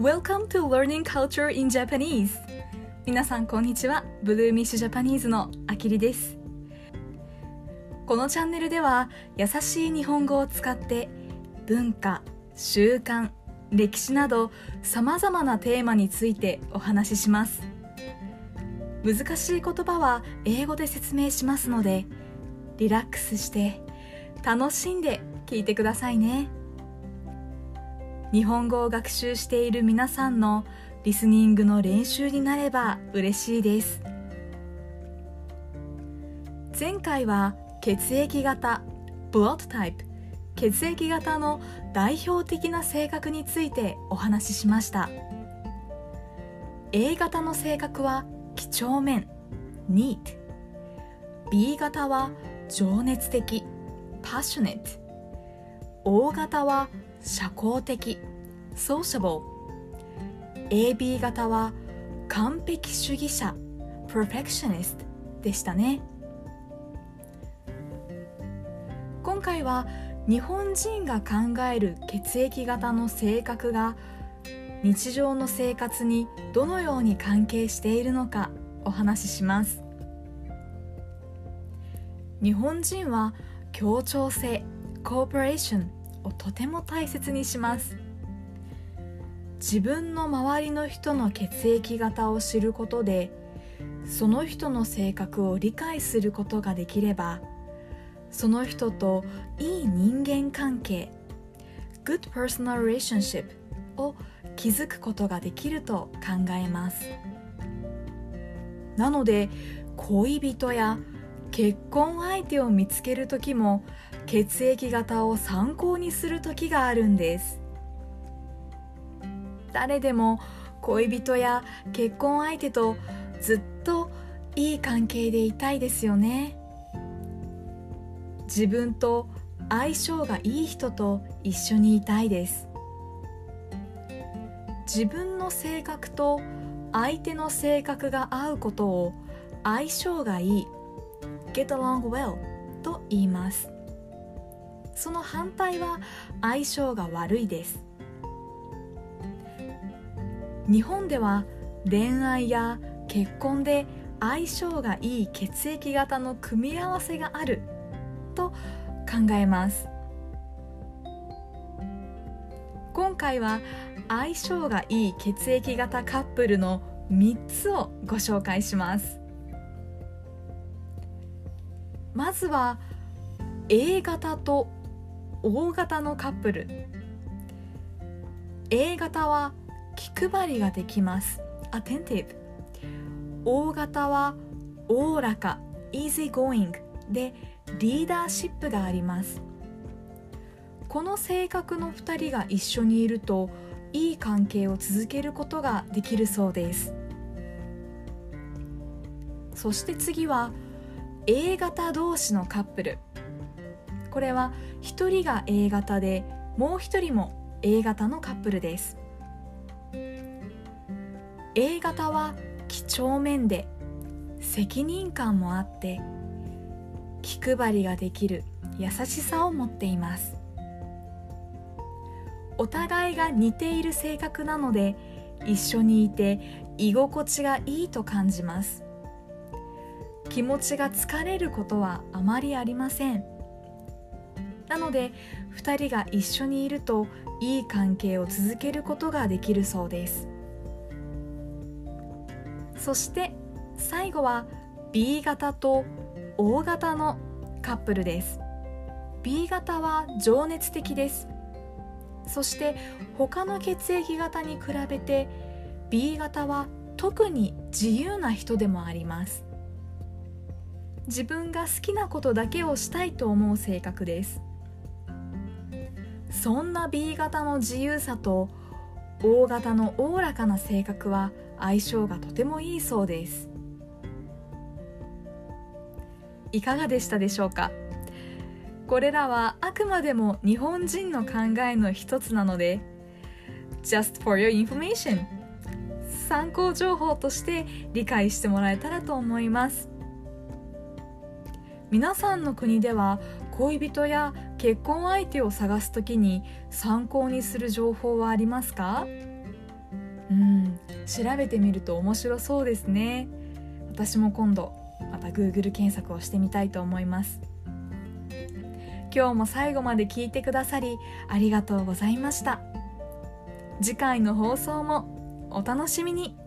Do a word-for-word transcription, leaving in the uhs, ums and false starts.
Welcome to Learning Culture in Japanese. 皆さんこんにちは。ブルーミッシュジャパニーズのあきりです。このチャンネルでは優しい日本語を使って文化、習慣、歴史などさまざまなテーマについてお話しします。難しい言葉は英語で説明しますので、リラックスして楽しんで聞いてくださいね。日本語を学習している皆さんのリスニングの練習になれば嬉しいです。前回は血液型 Blood Type 血液型の代表的な性格についてお話ししました。 A 型の性格は几帳面 Neat、 B 型は情熱的 Passionate、 O 型は社交的 Sociable、 エービー 型は完璧主義者 Perfectionist でしたね。今回は日本人が考える血液型の性格が日常の生活にどのように関係しているのかお話しします。日本人は協調性 Cooperation をとても大切にします。自分の周りの人の血液型を知ることで、その人の性格を理解することができれば、その人といい人間関係 Good personal relationship を築くことができると考えます。なので恋人や結婚相手を見つけるときも血液型を参考にするときがあるんです。誰でも恋人や結婚相手とずっといい関係でいたいですよね。自分と相性がいい人と一緒にいたいです。自分の性格と相手の性格が合うことを相性がいい Get along well と言います。その反対は相性が悪いです。日本では恋愛や結婚で相性がいい血液型の組み合わせがあると考えます。今回は相性がいい血液型カップルのみっつをご紹介します。まずは A 型と O 型のカップル。 A 型は気配りができます Attentive。 O 型はおおらか Easy going でリーダーシップがあります。この性格のふたりが一緒にいるといい関係を続けることができるそうです。そして次は A 型同士のカップル。これはひとりが A 型でもうひとりも A 型のカップルです。 A 型は几帳面で責任感もあって気配りができる優しさを持っています。お互いが似ている性格なので一緒にいて居心地がいいと感じます。気持ちが疲れることはあまりありません。なのでふたりが一緒にいるといい関係を続けることができるそうです。そして最後は B 型と O 型のカップルです。 B 型は情熱的です。そして他の血液型に比べて B 型は特に自由な人でもあります。自分が好きなことだけをしたいと思う性格です。そんな B 型の自由さと O 型のおおらかな性格は相性がとてもいいそうです。いかがでしたでしょうか。これらはあくまでも日本人の考えの一つなので Just for your information 参考情報として理解してもらえたらと思います。皆さんの国では恋人や結婚相手を探すときに参考にする情報はありますか？ うん調べてみると面白そうですね。私も今度また Google 検索をしてみたいと思います。今日も最後まで聞いてくださりありがとうございました。次回の放送もお楽しみに。